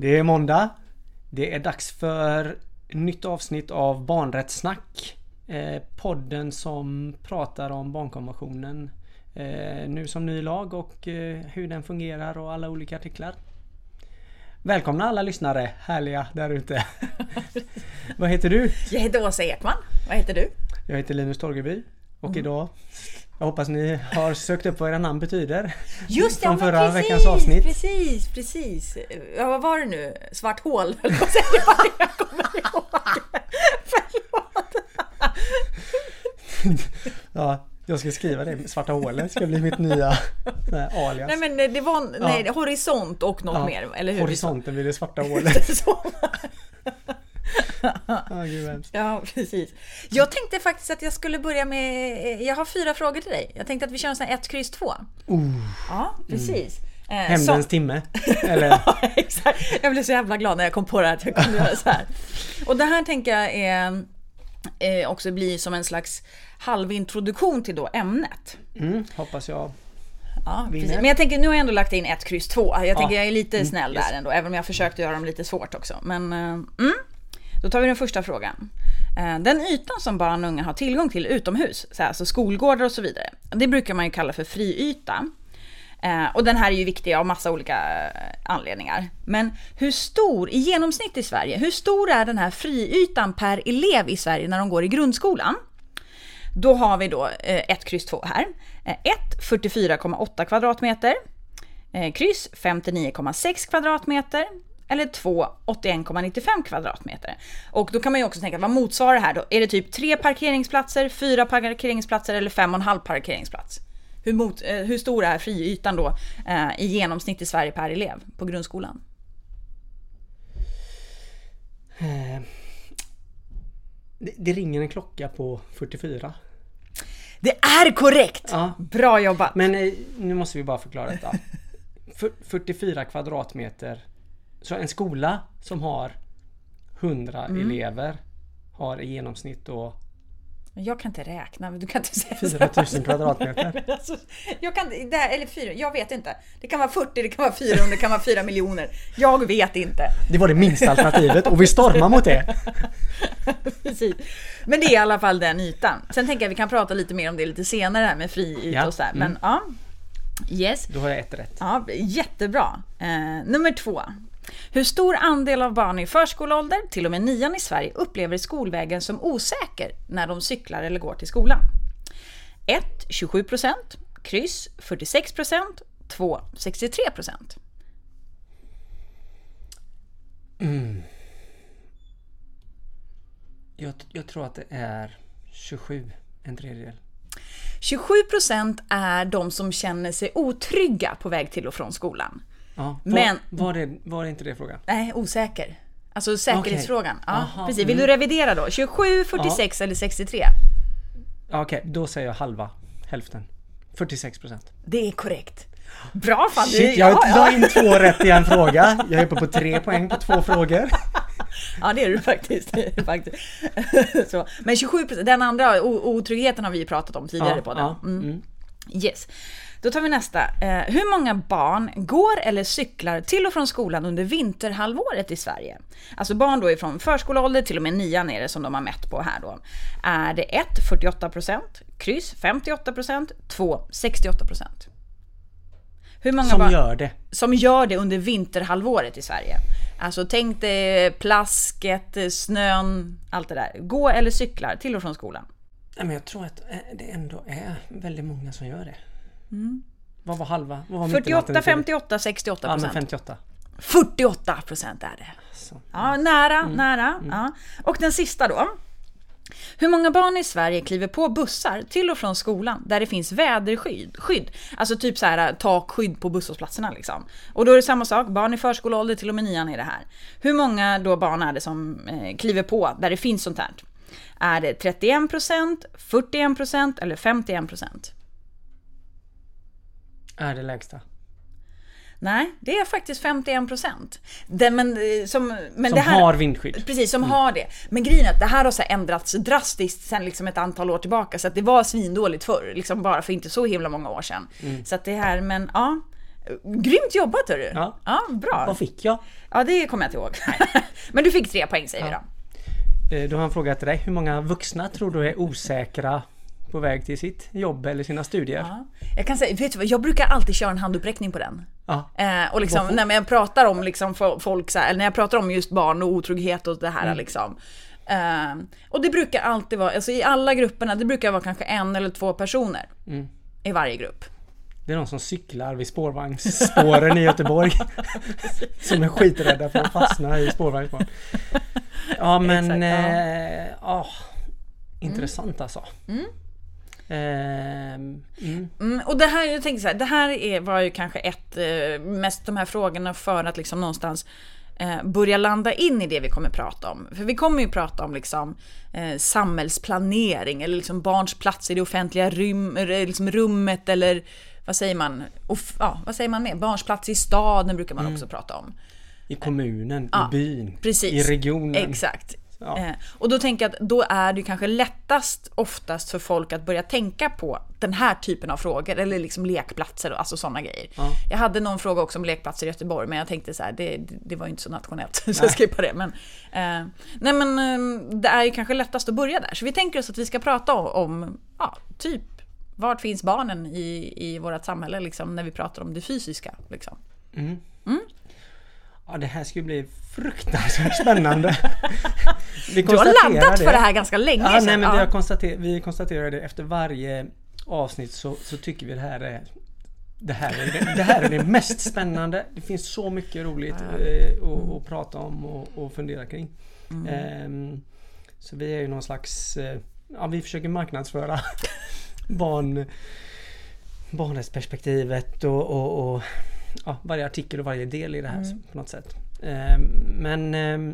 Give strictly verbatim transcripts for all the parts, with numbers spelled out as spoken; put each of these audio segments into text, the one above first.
Det är måndag. Det är dags för nytt avsnitt av Barnrättssnack. Eh, podden som pratar om barnkonventionen. Eh, nu som ny lag och eh, hur den fungerar och alla olika artiklar. Välkomna alla lyssnare, härliga där ute. Vad heter du? Jag heter Åsa Ekman. Vad heter du? Jag heter Linus Torgeby. Och mm. idag, jag hoppas ni har sökt upp vad era namn betyder. Just det, från ja, förra precis, veckans avsnitt. Precis, precis. Ja, vad var det nu? Svart hål? Det var det jag kommer ihåg. Förlåt. Ja, jag ska skriva det. Svarta hålet ska bli mitt nya nej, alias. Nej, men det var nej, ja. horisont och något ja. mer, eller hur? Horisonten vid det svarta hålet. Ja, ja, precis. Jag tänkte faktiskt att jag skulle börja med, jag har fyra frågor till dig. Jag tänkte att vi kör en sån här ett kryss två. Uh. Ja, precis. Mm. Hämndens så... timme. Eller? Ja, exakt. Jag blev så jävla glad när jag kom på det här att jag kunde göra så här. Och det här tänker jag är, är också bli som en slags halvintroduktion till då ämnet. Mm, hoppas jag. Ja, precis. Men jag tänker, nu har jag ändå lagt in ett kryss två. Jag tänker, ja. jag är lite snäll mm, där ändå, även om jag försökt göra dem lite svårt också. Men, mm. Då tar vi den första frågan. Den ytan som barn och unga har tillgång till utomhus, alltså skolgårdar och så vidare, det brukar man ju kalla för friyta. Och den här är ju viktig av massa olika anledningar. Men hur stor, i genomsnitt i Sverige, hur stor är den här friytan per elev i Sverige när de går i grundskolan? Då har vi då ett kryss två här. ett fyrtiofyra komma åtta kvadratmeter. Kryss femtionio komma sex kvadratmeter. Eller två åttioen komma nittiofem kvadratmeter. Och då kan man ju också tänka, vad motsvarar det här då? Är det typ tre parkeringsplatser, fyra parkeringsplatser eller fem och en halv parkeringsplats? Hur, mot, eh, hur stor är friytan då eh, i genomsnitt i Sverige per elev på grundskolan? Eh, det, det ringer en klocka på fyrtiofyra. Det är korrekt! Ja. Bra jobbat! Men eh, nu måste vi bara förklara detta. fyrtiofyra kvadratmeter. Så en skola som har hundra mm. elever har i genomsnitt då... Jag kan inte räkna, men du kan inte säga fyra tusen kvadratmeter. Alltså, jag kan det här, eller fyra, jag vet inte. Det kan vara fyrtio, det kan vara fyrahundra, det kan vara fyra miljoner. Jag vet inte. Det var det minsta alternativet och vi stormar mot det. Precis. Men det är i alla fall den ytan. Sen tänker jag att vi kan prata lite mer om det lite senare här med fri yta ja. och så där. Men mm. ja. Yes. Då har jag ett rätt. Ja, jättebra. Eh, nummer två. Hur stor andel av barn i förskoleålder till och med nian i Sverige upplever skolvägen som osäker när de cyklar eller går till skolan? ett tjugosju procent, kryss fyrtiosex procent, två sextiotre procent. Mm. Jag, jag tror att det är tjugosju, en tredjedel. tjugosju procent är de som känner sig otrygga på väg till och från skolan. Ja, var, men var det, var det inte det frågan? Nej, osäker. Alltså säkerhetsfrågan. Okay. Ja, Aha, precis. Vill mm. du revidera då? tjugosju, fyrtiosex ja. eller sextiotre? Okej, okay, då säger jag halva. Hälften. fyrtiosex procent. Det är korrekt. Bra fan. Shit, jag ja, la in två rätt i en fråga. Jag är uppe på tre poäng på två frågor. Ja, det är du faktiskt. Det är faktiskt. Så. Men tjugosju procent, den andra otryggheten har vi pratat om tidigare ja, på den. Ja, mm. Mm. Yes. Då tar vi nästa. Eh, hur många barn går eller cyklar till och från skolan under vinterhalvåret i Sverige? Alltså barn då är från förskoleålder till och med nian är det som de har mätt på här då. Är det ett fyrtioåtta procent, kryss femtioåtta procent, två sextioåtta procent? Hur många som barn gör det? Som gör det under vinterhalvåret i Sverige. Alltså tänk dig plasket, snön, allt det där. Gå eller cyklar till och från skolan. Ja, men jag tror att det ändå är väldigt många som gör det. Mm. Vad var halva? Vad var fyrtioåtta, femtioåtta, sextioåtta procent. Ja, men femtioåtta. fyrtioåtta procent är det. Så. Ja, nära, mm. nära. Mm. Ja. Och den sista då. Hur många barn i Sverige kliver på bussar till och från skolan där det finns väderskydd? Skydd. Alltså typ så här takskydd på busshållplatserna liksom. Och då är det samma sak, barn i förskoleålder till och med nian är det här. Hur många då barn är det som eh, kliver på där det finns sånt här? Är det trettioen procent, fyrtioen procent eller femtioen procent? Är det lägsta? Nej, det är faktiskt femtioen procent. Det, men, som men som det här, har vindskydd. Precis, som mm. har det. Men grejen är att det här har så ändrats drastiskt sen liksom ett antal år tillbaka. Så att det var svindåligt förr, liksom bara för inte så himla många år sedan. Mm. Så att det här, men ja, Grymt jobbat, hörru. Ja. Ja, bra. Vad fick jag? Ja, det kommer jag inte ihåg. Men du fick tre poäng, säger vi Ja. då. Då har han frågat dig, hur många vuxna tror du är osäkra på väg till sitt jobb eller sina studier? Ja. Jag kan säga, vet du vad, jag brukar alltid köra en handuppräckning på den. Ja. Eh, och liksom, när jag pratar om liksom folk så här, eller när jag pratar om just barn och otrygghet och det här Mm. liksom. Eh, och det brukar alltid vara, alltså i alla grupperna, det brukar vara kanske en eller två personer Mm. i varje grupp. Det är någon som cyklar vid spårvagnsspåren i Göteborg. Som är skiträdda för att fastna i spårvagnsspåren. Ja men, Exakt, ja. eh, ah, intressant alltså. Mm. Ehm, mm. Mm, och det här, jag tänker så här, det här är, var ju kanske ett, eh, mest de här frågorna för att liksom någonstans eh, börja landa in i det vi kommer prata om. För vi kommer ju prata om liksom eh, samhällsplanering eller liksom barns plats i det offentliga rum, liksom rummet eller vad säger man? Off, ja, vad säger man med? Barns plats i staden brukar man Mm. också prata om. I kommunen, Ja, i byn, precis. i regionen. Exakt. Ja. Eh, och då tänker jag att då är det ju kanske lättast oftast för folk att börja tänka på den här typen av frågor eller liksom lekplatser och alltså sådana grejer. Ja. Jag hade någon fråga också om lekplatser i Göteborg, men jag tänkte så här, det, det var ju inte så nationellt så jag skippar det. Men, eh, nej men eh, det är ju kanske lättast att börja där. Så vi tänker oss att vi ska prata om, om ja, typ vart finns barnen i, i vårt samhälle liksom, när vi pratar om det fysiska liksom. Mm. Mm. Ja, det här ska ju bli fruktansvärt spännande. Vi Du har konstaterar laddat för det här ganska länge Ja, sedan. nej, men Ja. vi, har konstater- vi konstaterar det efter varje avsnitt så, så tycker vi det här är det här är det, det här är det mest spännande. Det finns så mycket roligt eh, att, att prata om och, och fundera kring. Mm. Ehm, så vi är ju någon slags eh, ja, vi försöker marknadsföra barn barnrättsperspektivet och, och, och ja, varje artikel och varje del i det här Mm. på något sätt. Ehm, men ehm,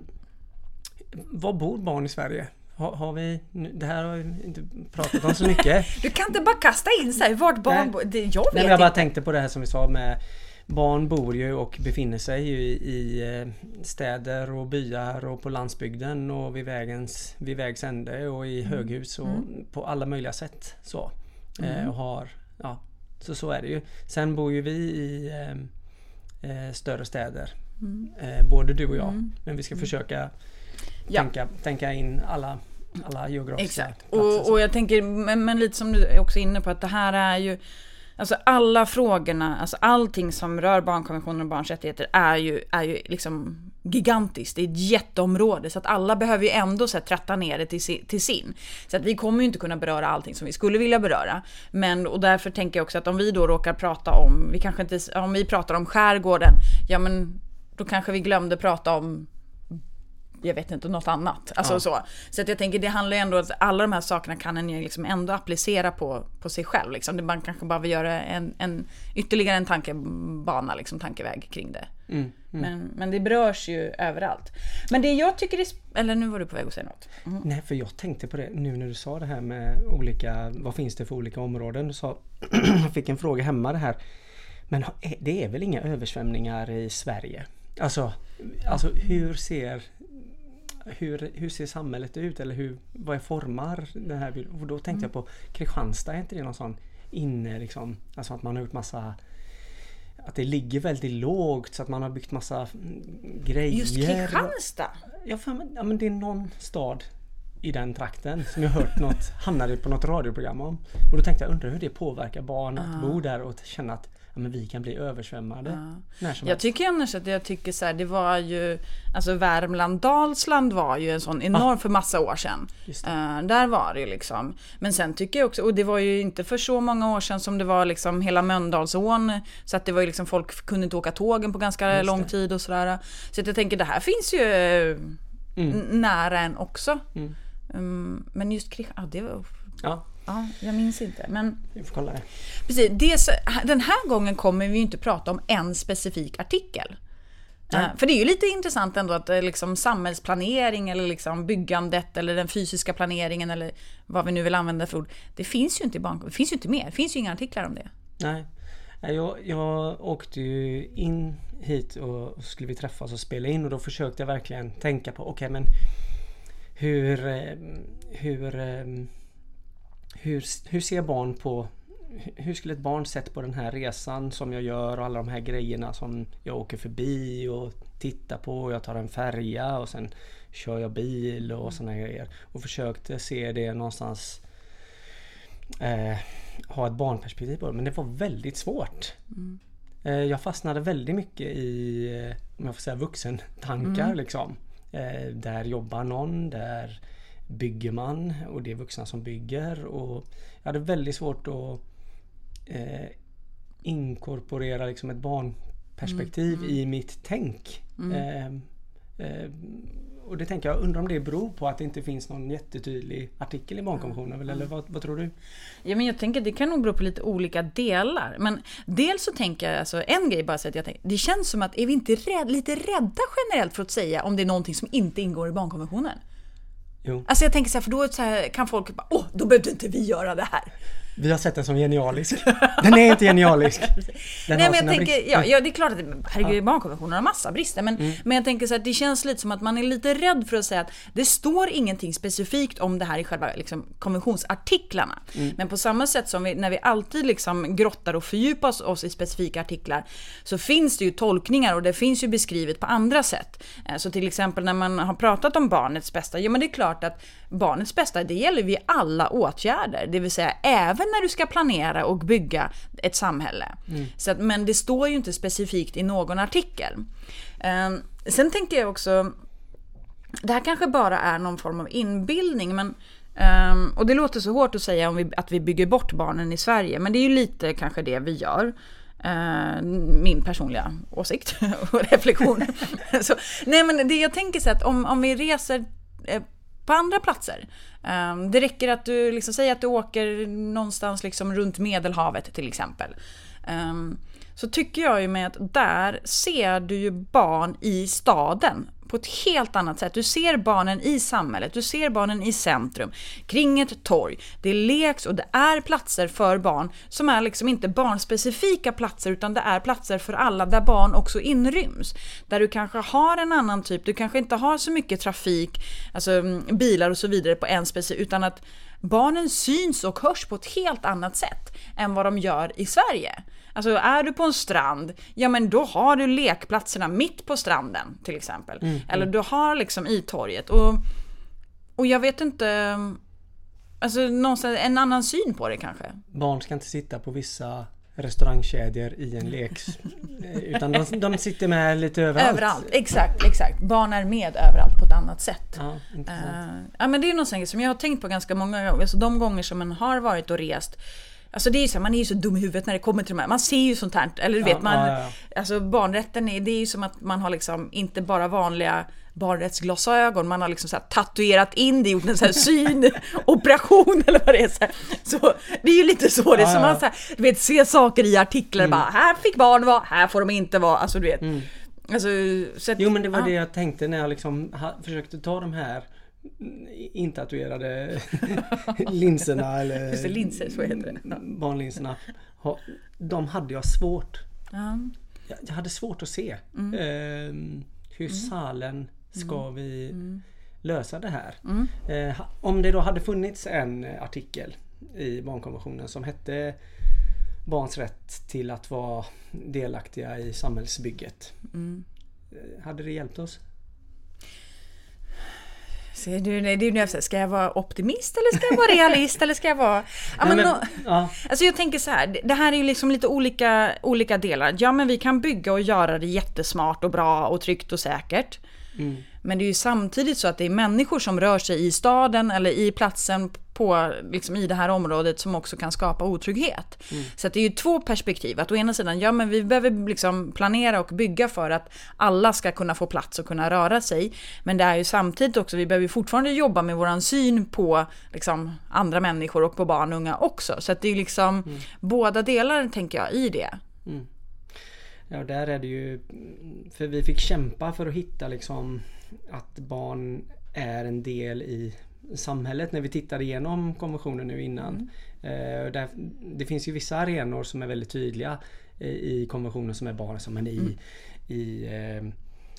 var bor barn i Sverige? Har, har vi, det här har vi inte pratat om så mycket. Du kan inte bara kasta in så här, vart barn Nej. bor. Det, jag vet Nej, men jag bara inte. tänkte på det här som vi sa med barn bor ju och befinner sig ju i, i eh, städer och byar och på landsbygden och vid vägens, vid vägs ände och i höghus och Mm. på alla möjliga sätt så. Mm. Eh, och har, ja, så så är det ju. Sen bor ju vi i eh, eh, större städer. Mm. Eh, både du och jag. Mm. Men vi ska försöka Ja. tänka, tänka in alla, alla geografiska Exakt. platser. Och, och jag tänker, men, men lite som du är också inne på, att det här är ju, alltså alla frågorna, alltså allting som rör barnkonventionen och barns rättigheter är ju, är ju liksom gigantiskt. Det är ett jätteområde, så att alla behöver ju ändå så här, tratta ner det till, si, till sin. Så att vi kommer ju inte kunna beröra allting som vi skulle vilja beröra. Men, och därför tänker jag också att om vi då råkar prata om, vi kanske inte, om vi pratar om skärgården, ja men då kanske vi glömde prata om, jag vet inte, något annat. Alltså Ja. så. Så att jag tänker, det handlar ju ändå att alla de här sakerna kan en ju liksom ändå applicera på, på sig själv. Liksom. Det man kanske bara vill göra en, en, ytterligare en tankebana, liksom, tankeväg kring det. Mm, mm. Men, men det berörs ju överallt. Men det jag tycker är... sp- Eller nu var du på väg att säga något. Mm. Nej, för jag tänkte på det nu när du sa det här med olika, vad finns det för olika områden? Du sa, jag fick en fråga hemma det här. Men det är väl inga översvämningar i Sverige? Alltså, alltså hur ser hur, hur ser samhället ut? Eller hur, vad är formar det här? Och då tänkte jag på Kristianstad, är inte det någon sån inne liksom, alltså att man har gjort massa, att det ligger väldigt lågt så att man har byggt massa grejer. Just Kristianstad? Ja, för, ja, men det är någon stad i den trakten som jag hört något, hamnade på något radioprogram om. Och då tänkte jag, undrar hur det påverkar barn att Ah. bo där och känna att ja, men vi kan bli översvämmade. Ja. När som Jag helst. tycker annars att jag tycker så här, det var ju, alltså Värmland, Dalsland var ju en sån enorm för massa år sedan. Just det. Uh, där var det ju liksom. Men sen tycker jag också, och det var ju inte för så många år sedan som det var liksom hela Mölndalsån, så att det var ju liksom, folk kunde inte åka tågen på ganska Just lång det. tid och sådär. Så att jag tänker, det här finns ju Mm. n- nära en också. Mm. Um, men just Kristian, ja, det var, Ja, ja, jag minns inte. Men vi får kolla det. precis, det, den här gången kommer vi ju inte prata om en specifik artikel. Nej. Uh, för det är ju lite intressant ändå att uh, liksom, samhällsplanering eller liksom, byggandet eller den fysiska planeringen eller vad vi nu vill använda för ord, det finns ju inte i barn, det finns ju inte mer, det finns ju inga artiklar om det. Nej, jag, jag åkte ju in hit och skulle vi träffas och spela in och då försökte jag verkligen tänka på, okej okay, men hur, eh, hur, eh, hur, hur ser barn på hur skulle ett barn sett på den här resan som jag gör och alla de här grejerna som jag åker förbi och tittar på. Jag tar en färja och sen kör jag bil och såna grejer. Och försökte se det någonstans, eh, ha ett barnperspektiv på det. Men det var väldigt svårt. Mm. Eh, jag fastnade väldigt mycket i, om jag får säga, vuxentankar mm. liksom. Eh, där jobbar någon, där bygger man och det är vuxna som bygger. Och jag hade väldigt svårt att eh, inkorporera liksom ett barnperspektiv mm. Mm. i mitt tänk. Mm. Eh, eh, och det tänker jag, undrar om det beror på att det inte finns någon jättetydlig artikel i barnkonventionen, mm. eller vad, vad tror du? Ja, men jag tänker att det kan nog bero på lite olika delar. Men dels så tänker jag, alltså en grej bara så att jag tänker, det känns som att är vi inte rädd, lite rädda generellt för att säga om det är någonting som inte ingår i barnkonventionen? Jo. Alltså jag tänker så här, för då så här, kan folk bara, åh, då behövde inte vi göra det här. Vi har sett den som genialisk. Den är inte genialisk. Den Nej, men jag tänker, ja, ja, det är klart att herregud, barnkonventionen har massa brister, men, mm. men jag tänker så att det känns lite som att man är lite rädd för att säga att det står ingenting specifikt om det här i själva liksom, konventionsartiklarna. Mm. Men på samma sätt som vi, när vi alltid liksom grottar och fördjupar oss i specifika artiklar, så finns det ju tolkningar och det finns ju beskrivet på andra sätt. Så till exempel när man har pratat om barnets bästa, ja men det är klart att barnets bästa, det gäller vid alla åtgärder, det vill säga även när du ska planera och bygga ett samhälle. Mm. Så att, men det står ju inte specifikt i någon artikel. Um, sen tänkte jag också, det här kanske bara är någon form av inbildning, men um, och det låter så hårt att säga om vi, att vi bygger bort barnen i Sverige, men det är ju lite kanske det vi gör. Uh, min personliga åsikt och reflektion. så, nej men det jag tänker så att om, om vi reser eh, på andra platser. Um, det räcker att du liksom säger att du åker någonstans liksom runt Medelhavet till exempel. Um, så tycker jag ju med att där ser du ju barn i staden på ett helt annat sätt. Du ser barnen i samhället, du ser barnen i centrum, kring ett torg. Det leks och det är platser för barn som är liksom inte barnspecifika platser, utan det är platser för alla där barn också inryms. Där du kanske har en annan typ, du kanske inte har så mycket trafik, alltså bilar och så vidare på en specifik, utan att barnen syns och hörs på ett helt annat sätt än vad de gör i Sverige. Alltså är du på en strand, ja men då har du lekplatserna mitt på stranden till exempel. Mm, mm. Eller du har liksom i torget. Och, och jag vet inte, alltså någonstans en annan syn på det kanske. Barn ska inte sitta på vissa restaurangkedjor i en lek. Utan de, de sitter med lite överallt. Överallt, exakt, exakt. Barn är med överallt på ett annat sätt. Ja, intressant. Uh, ja men det är någonting som jag har tänkt på ganska många gånger. Alltså de gånger som man har varit och rest. Alltså det är ju så, man är ju så dum i huvudet när det kommer till de här. Man ser ju sånt här, eller du vet, ja, man, ja, ja. Alltså barnrätten är, det är ju som att man har liksom inte bara vanliga barnrättsglasögon, man har liksom så här tatuerat in det, gjort en så här synoperation eller vad det är så, här. Så det är ju lite så det ja, som ja. Man så här, du vet, ser saker i artiklar mm. bara, här fick barn vara, här får de inte vara, alltså du vet. Mm. Alltså, så att, jo men det var ja. det jag tänkte när jag liksom ha, försökte ta de här intatuerade linserna eller just det, linser, så heter det. Barnlinserna. De hade jag svårt. Ja. Jag, jag hade svårt att se mm. eh, hur mm. salen ska mm. vi mm. lösa det här. Mm. Eh, om det då hade funnits en artikel i barnkonventionen som hette barns rätt till att vara delaktiga i samhällsbygget. Mm. Hade det hjälpt oss? Det är ju nu, ska jag vara optimist eller ska jag vara realist eller ska jag vara... Ja, men, men, ja. Alltså jag tänker så här, det här är ju liksom lite olika, olika delar. Ja men vi kan bygga och göra det jättesmart och bra och tryggt och säkert. Mm. Men det är ju samtidigt så att det är människor som rör sig i staden eller i platsen på, liksom i det här området som också kan skapa otrygghet. Mm. Så att det är ju två perspektiv. Att å ena sidan, ja men vi behöver liksom planera och bygga för att alla ska kunna få plats och kunna röra sig. Men det är ju samtidigt också, vi behöver fortfarande jobba med våran syn på liksom andra människor och på barn och unga också. Så att det är liksom mm. båda delar tänker jag i det. Mm. Ja, där är det ju, för vi fick kämpa för att hitta liksom att barn är en del i samhället när vi tittade igenom konventionen nu innan. Mm. Eh, där, det finns ju vissa arenor som är väldigt tydliga i, i konventionen som är barn, som men i, mm. i eh,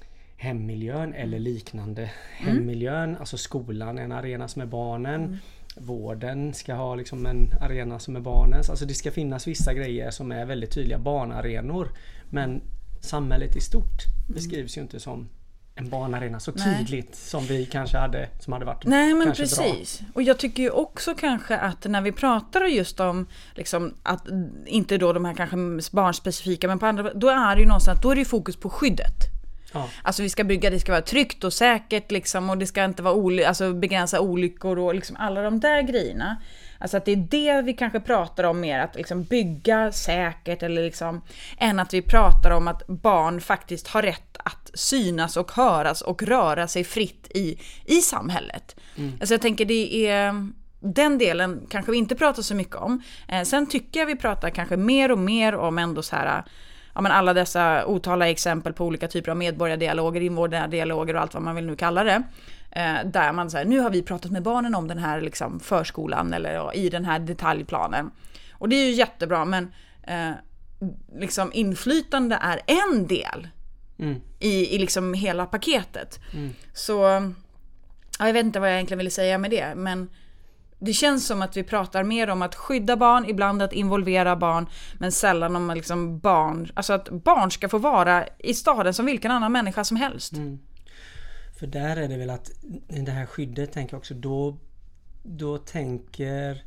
hemmiljön eller liknande mm. hemmiljön. Alltså skolan är en arena som är barnen. Mm. vården ska ha liksom en arena som är barnens. Alltså det ska finnas vissa grejer som är väldigt tydliga barnarenor. Men samhället i stort beskrivs ju inte som en barnarena så tydligt Nej. som vi kanske hade, som hade varit Nej, men kanske precis. bra. Och jag tycker ju också kanske att när vi pratar just om liksom, att inte då de här kanske barnspecifika, men på andra, då är det ju någonstans, då är det ju fokus på skyddet. Ja. Alltså vi ska bygga, det ska vara tryggt och säkert liksom, och det ska inte vara oly- alltså begränsa olyckor och liksom alla de där grejerna. Alltså att det är det vi kanske pratar om mer, att liksom bygga säkert eller liksom, än att vi pratar om att barn faktiskt har rätt att synas och höras och röra sig fritt i, i samhället. Mm. Alltså jag tänker det är, den delen kanske vi inte pratar så mycket om. Eh, sen tycker jag vi pratar kanske mer och mer om ändå så här, ja, men alla dessa otaliga exempel på olika typer av medborgardialoger, invånardialoger och allt vad man vill nu kalla det. Eh, där man säger, nu har vi pratat med barnen om den här liksom, förskolan eller ja, i den här detaljplanen. Och det är ju jättebra, men eh, liksom inflytande är en del mm. i, i liksom hela paketet. Mm. Så ja, jag vet inte vad jag egentligen ville säga med det, men det känns som att vi pratar mer om att skydda barn, ibland att involvera barn, men sällan om liksom barn, alltså att barn ska få vara i staden som vilken annan människa som helst. Mm. För där är det väl att det här skyddet tänker jag också, då, då tänker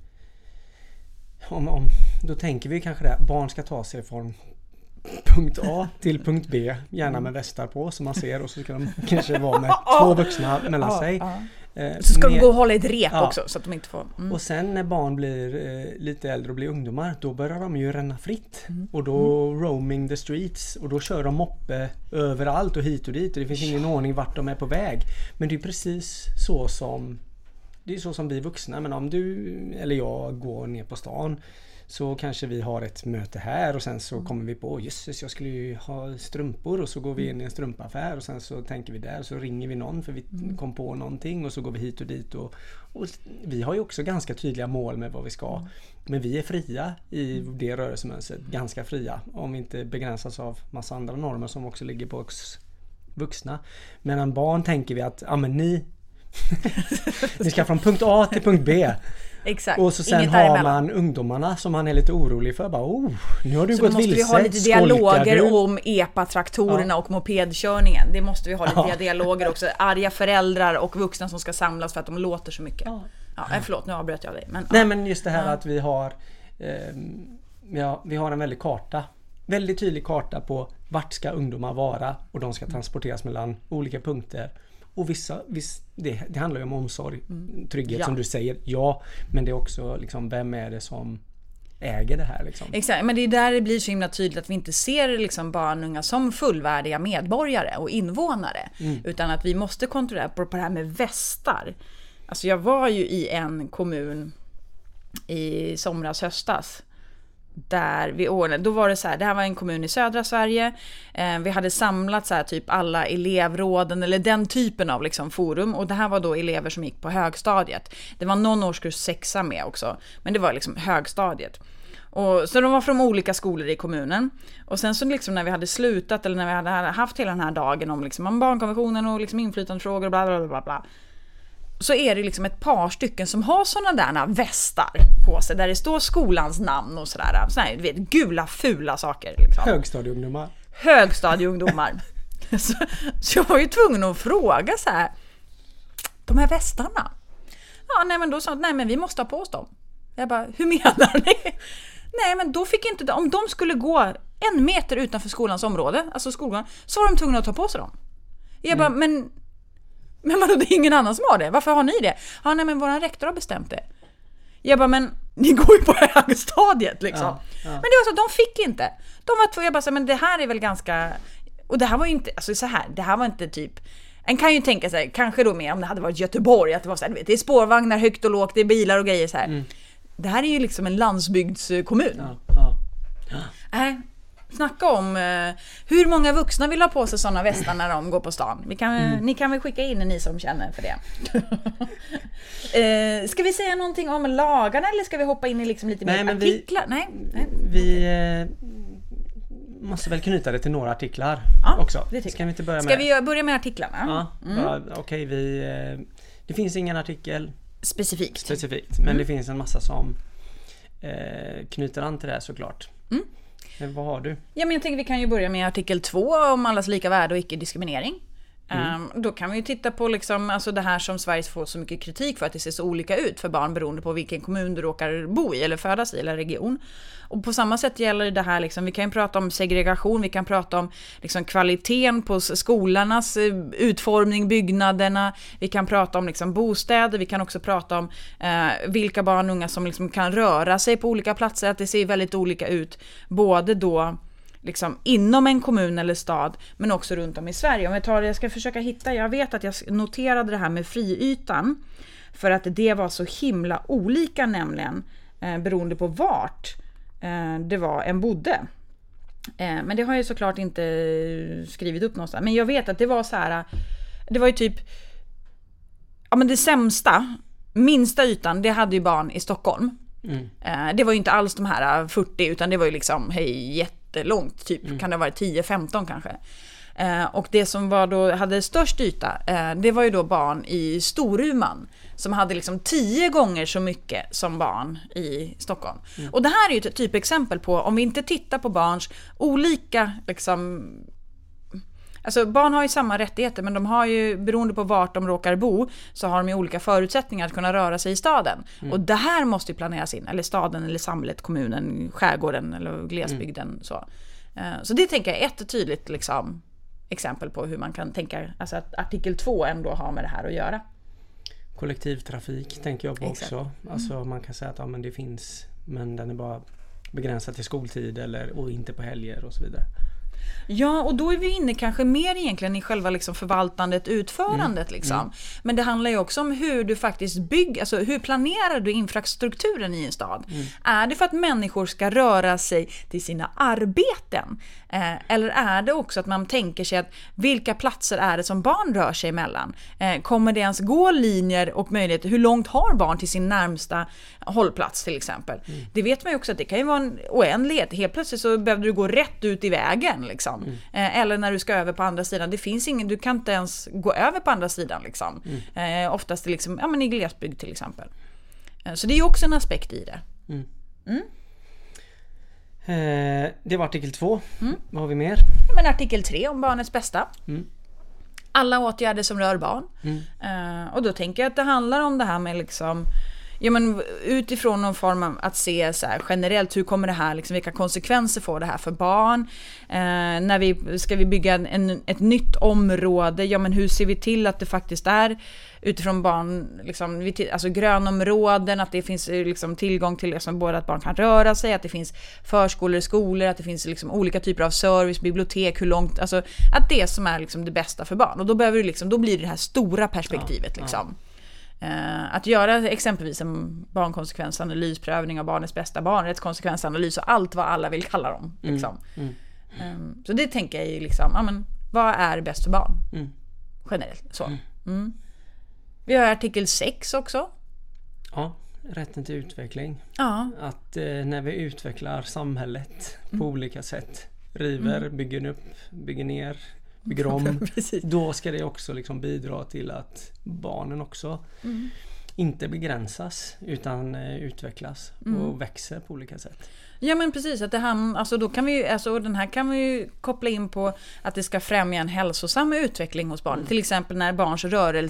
om, om, då tänker vi kanske det, barn ska ta sig från punkt A till punkt B, gärna med västar på som man ser, och så ska de kanske vara med två vuxna mellan sig. Så ska de gå och hålla ett rep ja. också så att de inte får... Mm. Och sen när barn blir eh, lite äldre och blir ungdomar, då börjar de ju ränna fritt. Mm. Och då mm. roaming the streets, och då kör de moppe överallt och hit och dit, och det finns ingen ordning vart de är på väg. Men det är precis så som det är så som vi vuxna, men om du eller jag går ner på stan, så kanske vi har ett möte här och sen så kommer vi på, jösses, jag skulle ju ha strumpor, och så går vi in i en strumpaffär och sen så tänker vi där, så ringer vi någon för vi kom på någonting, och så går vi hit och dit, och, och vi har ju också ganska tydliga mål med vad vi ska, men vi är fria i det rörelsemönstret, ganska fria, om vi inte begränsas av massa andra normer som också ligger på oss vuxna. Medan barn tänker vi att, ja men ni ni ska från punkt A till punkt B. Exakt. Och så sen har man ungdomarna som man är lite orolig för. Bara, oh, nu har du så gått vilse. Så måste vi ha lite dialoger om E P A-traktorerna ja. och mopedkörningen. Det måste vi ha lite ja. dialoger också. Arga föräldrar och vuxna som ska samlas för att de låter så mycket. Ja. Ja, förlåt, nu avbröt jag dig. Men, Nej, ja. men just det här ja. att vi har eh, ja, vi har en väldigt karta. Väldigt tydlig karta på vart ska ungdomar vara, och de ska transporteras mellan olika punkter. Och vissa, viss, det, det handlar ju om omsorg, mm. trygghet ja. som du säger, ja, men det är också liksom, vem är det som äger det här liksom? Exakt, men det är där det blir så himla tydligt att vi inte ser liksom barn och unga som fullvärdiga medborgare och invånare, mm. utan att vi måste kontrollera på, på det här med västar. Alltså jag var ju i en kommun i somras höstas, där vi ordnade, då var det så här, det här var en kommun i södra Sverige, eh, vi hade samlat så här typ alla elevråden eller den typen av liksom forum, och det här var då elever som gick på högstadiet. Det var någon årskurs sexa med också, men det var liksom högstadiet. Och så de var från olika skolor i kommunen, och sen så liksom när vi hade slutat, eller när vi hade haft hela den här dagen om liksom om barnkonventionen och liksom inflytandefrågor och bla bla bla bla, så är det liksom ett par stycken som har såna där västar på sig där det står skolans namn och sådär. Såna här, du vet, gula fula saker. Liksom. Högstadieungdomar. Högstadieungdomar. så, så jag var ju tvungen att fråga så här, de här västarna. Ja, nej men då sa jag, nej men vi måste ha på oss dem. Jag bara, hur menar ni? Nej men då fick inte, om de skulle gå en meter utanför skolans område, alltså skolan, så var de tvungna att ta på sig dem. Jag bara, mm. men... Men vadå, det är ingen annan som har det. Varför har ni det? Ja, nej men våran rektor har bestämt det. Jag bara, men ni går ju på högstadiet liksom. Ja, ja. Men det var så, de fick inte. De var två, jag bara så, men det här är väl ganska... Och det här var ju inte, alltså så här, det här var inte typ... En kan ju tänka sig, kanske då mer om det hade varit Göteborg, att det var så här, du vet, det är spårvagnar högt och lågt, det är bilar och grejer så här. Mm. Det här är ju liksom en landsbygdskommun. Ja, ja. Ja. Äh, Snacka om eh, hur många vuxna vill ha på sig sådana västar när de går på stan. Vi kan, mm. Ni kan väl skicka in ni som känner för det. eh, ska vi säga någonting om lagarna, eller ska vi hoppa in i liksom lite nej, mer artiklar? Vi, nej, nej. Vi eh, måste väl knyta det till några artiklar ja, också. Det ska vi inte börja med? Ska vi börja med artiklarna? Ja, mm. Okej, okay, vi... Eh, det finns ingen artikel specifikt. Specifikt, men mm. det finns en massa som eh, knyter an till det här såklart. Mm. Men vad har du? Ja, men jag tänker vi kan ju börja med artikel två om allas lika värde och icke-diskriminering. Mm. Um, då kan vi ju titta på liksom, alltså det här som Sverige får så mycket kritik för, att det ser så olika ut för barn beroende på vilken kommun du råkar bo i eller födas i eller region. Och på samma sätt gäller det här, liksom, vi kan ju prata om segregation, vi kan prata om liksom, kvaliteten på skolornas utformning, byggnaderna, vi kan prata om liksom, bostäder, vi kan också prata om eh, vilka barn och unga som liksom, kan röra sig på olika platser, att det ser väldigt olika ut, både då liksom inom en kommun eller stad, men också runt om i Sverige. Om jag tar det, jag ska försöka hitta, jag vet att jag noterade det här med friytan, för att det var så himla olika nämligen, eh, beroende på vart eh, det var en bodde. Eh, men det har jag såklart inte skrivit upp någonstans. Men jag vet att det var så här, det var ju typ, ja men det sämsta, minsta ytan, det hade ju barn i Stockholm. Mm. Eh, det var ju inte alls de här fyrtio, utan det var ju liksom, hej, jätte långt, typ mm. kan det ha varit tio femton kanske. Eh, och det som var då, hade störst yta, eh, det var ju då barn i Storuman som hade liksom tio gånger så mycket som barn i Stockholm. Mm. Och det här är ju ett typexempel på, om vi inte tittar på barns olika liksom, alltså barn har ju samma rättigheter, men de har ju, beroende på vart de råkar bo, så har de ju olika förutsättningar att kunna röra sig i staden. Mm. Och det här måste ju planeras in, eller staden, eller samhället, kommunen, skärgården eller glesbygden. Mm. Så. så det tänker jag är ett tydligt liksom, exempel på hur man kan tänka, alltså att artikel två ändå har med det här att göra. Kollektivtrafik tänker jag på. Exakt. Också. Alltså mm. man kan säga att ja, men det finns, men den är bara begränsad till skoltid eller, och inte på helger och så vidare. Ja, och då är vi inne kanske mer egentligen i själva liksom förvaltandet, utförandet mm. liksom. Mm. Men det handlar ju också om hur du faktiskt bygger, alltså hur planerar du infrastrukturen i en stad? Mm. Är det för att människor ska röra sig till sina arbeten? Eh, eller är det också att man tänker sig att vilka platser är det som barn rör sig emellan? Eh, kommer det ens gå linjer och möjligheter? Hur långt har barn till sin närmsta hållplats till exempel? Mm. Det vet man ju också att det kan ju vara en oändlighet. Helt plötsligt så behöver du gå rätt ut i vägen liksom. Mm. Eh, eller när du ska över på andra sidan. Det finns ingen, du kan inte ens gå över på andra sidan liksom. Mm. Eh, oftast liksom, ja, men i glesbygd till exempel. Eh, så det är ju också en aspekt i det. Mm. Mm. Eh, det var artikel två. Mm. Vad har vi mer? Ja, men artikel tre om barnets bästa. Mm. Alla åtgärder som rör barn. Mm. Eh, och då tänker jag att det handlar om det här med liksom, ja, men utifrån någon form av att se så här, generellt hur kommer det här, liksom, vilka konsekvenser får det här för barn, eh, när vi ska vi bygga en, en, ett nytt område, ja men hur ser vi till att det faktiskt är utifrån barn, liksom, alltså grönområden, att det finns liksom, tillgång till liksom, både att barn kan röra sig, att det finns förskolor, skolor, att det finns liksom, olika typer av service, bibliotek, hur långt, alltså att det som är liksom, det bästa för barn, och då behöver du liksom, då blir det här stora perspektivet ja, liksom. Ja. Uh, att göra exempelvis en barnkonsekvensanalys, prövning av barnets bästa, barnrättskonsekvensanalys och allt vad alla vill kalla dem liksom. mm, mm. Um, så det tänker jag ju liksom, ja, men, vad är bäst för barn mm. generellt så. Mm. Mm. Vi har artikel sex också. Ja, rätten till utveckling. Ja. Att eh, när vi utvecklar samhället mm. på olika sätt, river, mm. bygger upp, bygger ner, bygger om, då ska det också liksom bidra till att barnen också mm. inte begränsas utan eh, utvecklas mm. och växer på olika sätt. Ja men precis, att det här, alltså då kan vi ju, alltså den här kan vi ju koppla in på att det ska främja en hälsosam utveckling hos barn. Mm. Till exempel när barns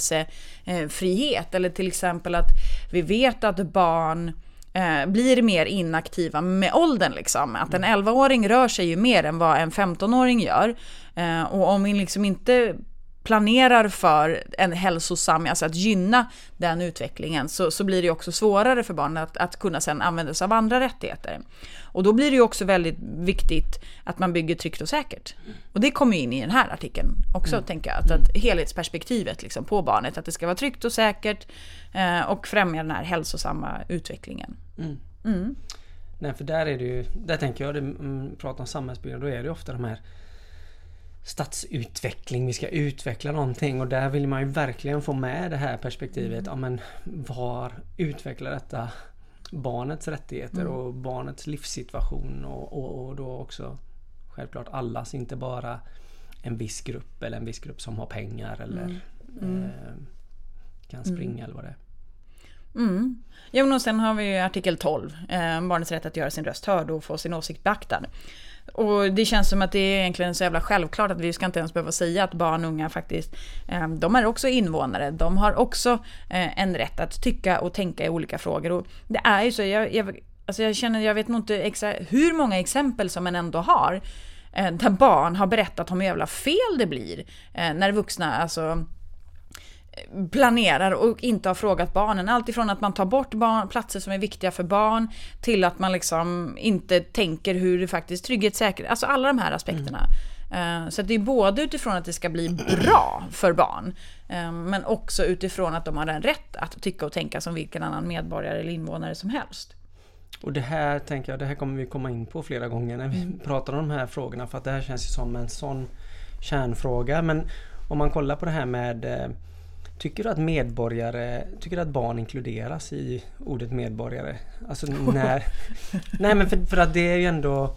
rörelsefrihet eh, eller till exempel att vi vet att barn eh, blir mer inaktiva med åldern liksom. Att en elvaåring rör sig ju mer än vad en femtonåring gör. Eh, och om vi liksom inte planerar för en hälsosam, alltså att gynna den utvecklingen, så, så blir det också svårare för barn att, att kunna sedan använda sig av andra rättigheter. Och då blir det ju också väldigt viktigt att man bygger tryggt och säkert. Och det kommer in i den här artikeln också, mm. tänker jag. Att, att helhetsperspektivet liksom, på barnet, att det ska vara tryggt och säkert eh, och främja den här hälsosamma utvecklingen. Mm. Mm. Nej, för där är det ju, där tänker jag, det, mm, pratar om samhällsbyggnad, då är det ju ofta de här stadsutveckling, vi ska utveckla någonting, och där vill man ju verkligen få med det här perspektivet. Mm. Ja, men var utvecklar detta barnets rättigheter mm. och barnets livssituation och, och, och då också självklart allas, inte bara en viss grupp eller en viss grupp som har pengar eller mm. Mm. Eh, kan springa mm. eller vad det är. Mm. Ja, men och sen har vi ju artikel tolv, eh, barnets rätt att göra sin röst hörd och få sin åsikt beaktad. Och det känns som att det är egentligen så jävla självklart att vi ska inte ens behöva säga att barn och unga faktiskt, eh, de är också invånare. De har också eh, en rätt att tycka och tänka i olika frågor. Och det är ju så, jag, jag, alltså jag känner, jag vet nog inte exakt hur många exempel som man ändå har eh, där barn har berättat om hur jävla fel det blir eh, när vuxna alltså planerar och inte har frågat barnen. Allt ifrån att man tar bort barn, platser som är viktiga för barn till att man liksom inte tänker hur det faktiskt trygghet, säkerhet, alltså alla de här aspekterna. Mm. Så det är både utifrån att det ska bli bra för barn men också utifrån att de har den rätt att tycka och tänka som vilken annan medborgare eller invånare som helst. Och det här tänker jag, det här kommer vi komma in på flera gånger när vi mm. pratar om de här frågorna, för att det här känns ju som en sån kärnfråga. Men om man kollar på det här med, tycker du att medborgare, tycker du att barn inkluderas i ordet medborgare? Alltså när, nej men för, för att det är ju ändå,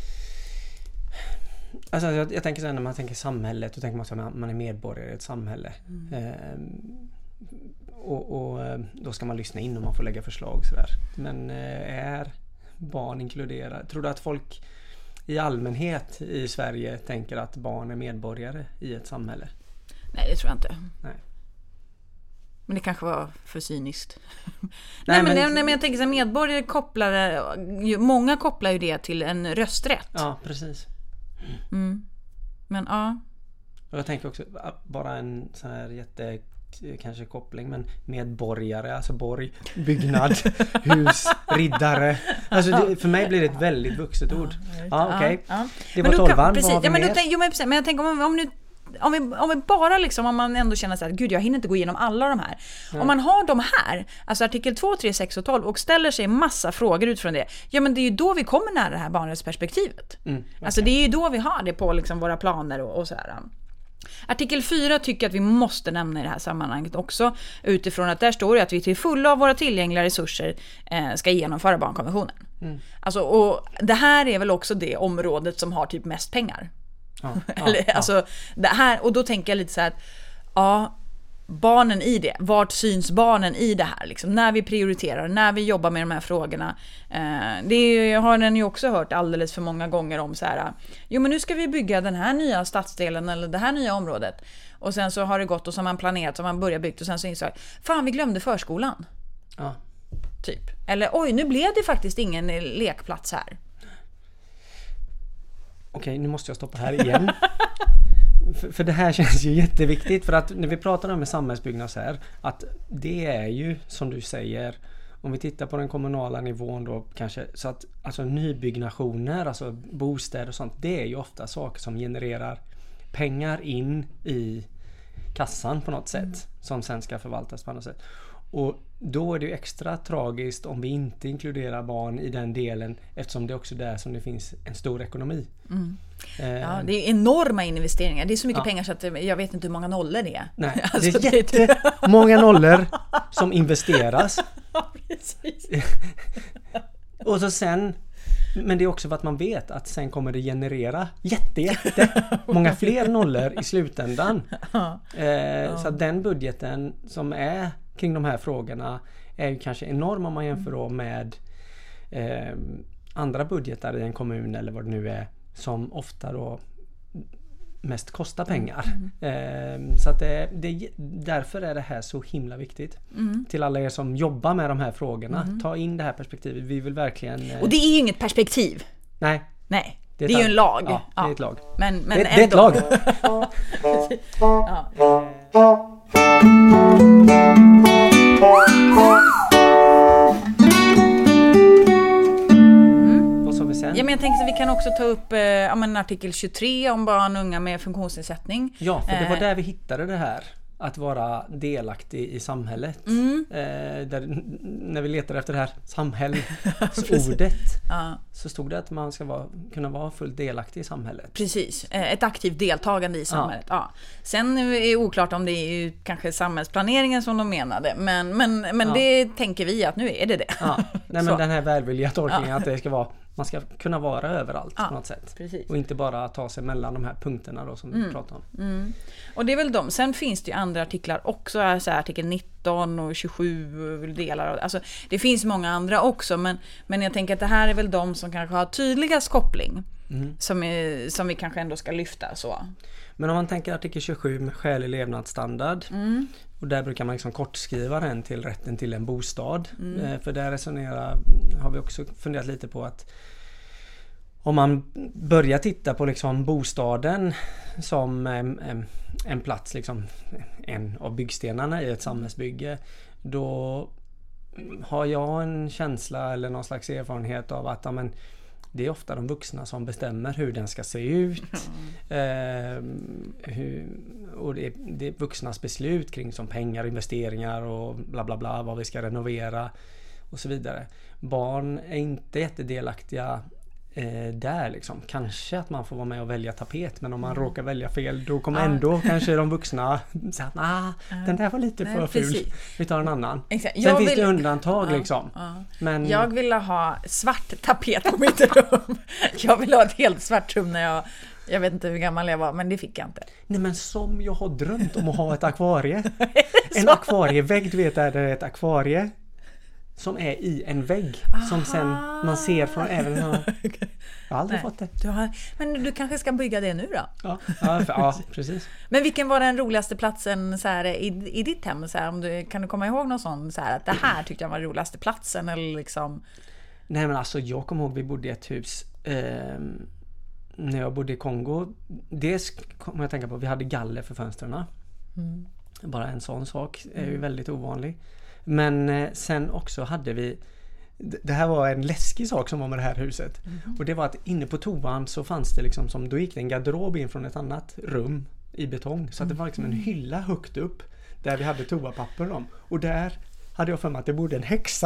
alltså jag, jag tänker så här, när man tänker samhället, då tänker man så att man är medborgare i ett samhälle. Mm. Ehm, och, och då ska man lyssna in och man får lägga förslag sådär. Men är barn inkluderade? Tror du att folk i allmänhet i Sverige tänker att barn är medborgare i ett samhälle? Nej, det tror jag inte. Nej. Men det kanske var för cyniskt. nej, nej, men, men, nej, men jag tänker så här, medborgare kopplar, många kopplar ju det till en rösträtt. Ja, precis. Mm. Men ja. Och jag tänker också, bara en sån här jätte kanske koppling, men medborgare, alltså borg, byggnad, hus, riddare. Alltså det, för mig blir det ett väldigt vuxet ord. Ja, ja okej. Okay. Ja. Det var tolvan. Precis, ja, men, då tänk, jo, men, men jag tänker om, om nu Om vi, om vi bara liksom, om man ändå känner så här, gud jag hinner inte gå igenom alla de här. Mm. Om man har de här, alltså artikel två, tre, sex och tolv och ställer sig massa frågor utifrån det. Ja men det är ju då vi kommer nära det här barnrättsperspektivet. Mm, alltså det är ju då vi har det på liksom våra planer och, och så här. Artikel fyra tycker att vi måste nämna i det här sammanhanget också, utifrån att där står det att vi till fulla av våra tillgängliga resurser eh, ska genomföra barnkonventionen. Mm. Alltså, och det här är väl också det området som har typ mest pengar. Ja, ja, Eller, ja. Alltså, det här, och då tänker jag lite så här att ja, barnen i det, vart syns barnen i det här liksom, när vi prioriterar, när vi jobbar med de här frågorna. eh, det är, har den ju också hört alldeles för många gånger om så här, jo men nu ska vi bygga den här nya stadsdelen eller det här nya området, och sen så har det gått och så har man planerat, så har man börjat byggt och sen så insåg fan vi glömde förskolan. Ja. Typ. Eller oj nu blev det faktiskt ingen lekplats här. Okej, nu måste jag stoppa här igen. för, för det här känns ju jätteviktigt, för att när vi pratar om samhällsbyggnad så här, att det är ju som du säger, om vi tittar på den kommunala nivån då kanske, så att alltså nybyggnationer, alltså bostäder och sånt, det är ju ofta saker som genererar pengar in i kassan på något sätt, mm. som sen ska förvaltas på något sätt. Och då är det ju extra tragiskt om vi inte inkluderar barn i den delen, eftersom det är också där som det finns en stor ekonomi. Mm. Eh, ja, det är enorma investeringar. Det är så mycket ja. pengar så att jag vet inte hur många nollor det är. Nej, alltså, det är jättemånga nollor som investeras. Ja, precis. Och så sen, men det är också för att man vet att sen kommer det generera jätte, jätte många fler nollor i slutändan. Ja. Eh, ja. Så att den budgeten som är kring de här frågorna är ju kanske enorm om man jämför då med eh, andra budgetar i en kommun eller vad det nu är, som ofta då mest kostar pengar. Mm. Eh, så att det, det, därför är det här så himla viktigt. Mm. Till alla er som jobbar med de här frågorna. Mm. Ta in det här perspektivet. Vi vill verkligen... Eh... Och det är ju inget perspektiv. Nej. Nej. Det är, det är ju en lag. Ja, det är ett lag. Men, men det, det är ett lag. Ja. Mm. Vad sa vi sen? Ja, men jag tänkte att vi kan också ta upp eh, ja, men artikel tjugotre om barn och unga med funktionsnedsättning. Ja, för det var där vi hittade det här. Att vara delaktig i samhället. Mm. Eh, där, när vi letade efter det här samhällsordet ja. så stod det att man ska vara, kunna vara fullt delaktig i samhället. Precis, ett aktivt deltagande i samhället. Ja. Ja. Sen är det oklart om det är ju kanske samhällsplaneringen som de menade. Men, men, men ja. det tänker vi att nu är det det. Ja. Nej, men den här välvilliga tolkningen ja. att det ska vara, man ska kunna vara överallt ja. på något sätt. Precis. Och inte bara ta sig mellan de här punkterna då som mm. vi pratar om. Mm. Och det är väl de. Sen finns det ju andra artiklar också, så här, artikel nitton nitton och tjugosju delar av, alltså det finns många andra också, men, men jag tänker att det här är väl de som kanske har tydligast koppling mm. som, är, som vi kanske ändå ska lyfta så. Men om man tänker artikel tjugosju med skälig levnadsstandard mm. och där brukar man liksom kortskriva den till rätten till en bostad mm. eh, för där resonerar, har vi också funderat lite på att om man börjar titta på liksom bostaden som en, en, en plats, liksom en av byggstenarna i ett samhällsbygge, då har jag en känsla eller någon slags erfarenhet av att ja, men, det är ofta de vuxna som bestämmer hur den ska se ut. Mm. Eh, hur, och det är, det är vuxnas beslut kring som pengar, investeringar och bla bla bla, vad vi ska renovera och så vidare. Barn är inte jättedelaktiga eh, där liksom. Kanske att man får vara med och välja tapet, men om man mm. råkar välja fel, då kommer ja. ändå kanske de vuxna säga att nah, den där var lite Nej, för ful. Vi tar en annan. Exakt. Sen jag finns vill... det undantag ja, liksom. Ja. Men... Jag ville ha svart tapet på mitt rum. Jag ville ha ett helt svart rum när jag Jag vet inte hur gammal jag var, men det fick jag inte. Nej, men som jag har drömt om att ha ett akvarie. En akvarievägg, du vet, är det ett akvarie som är i en vägg. Aha. Som sen man ser från även... Jag har aldrig Nej. fått det. Du har, men du kanske ska bygga det nu då? Ja, ja, för, ja precis. Men vilken var den roligaste platsen så här, i, i ditt hem? Så här, om du, kan du komma ihåg någon sån så här, att det här tyckte jag var den roligaste platsen? Eller liksom... Nej, men alltså jag kommer ihåg vi bodde i ett hus... Eh, när jag bodde i Kongo, det kommer jag tänka på, vi hade galler för fönstren. Mm. Bara en sån sak är ju väldigt ovanlig. Men eh, sen också hade vi, det här var en läskig sak som var med det här huset. Mm. Och det var att inne på toan så fanns det liksom som, då gick det en garderob in från ett annat rum i betong. Så att det var liksom en hylla högt upp där vi hade toapapper om. Och där hade jag för mig att det bodde en häxa.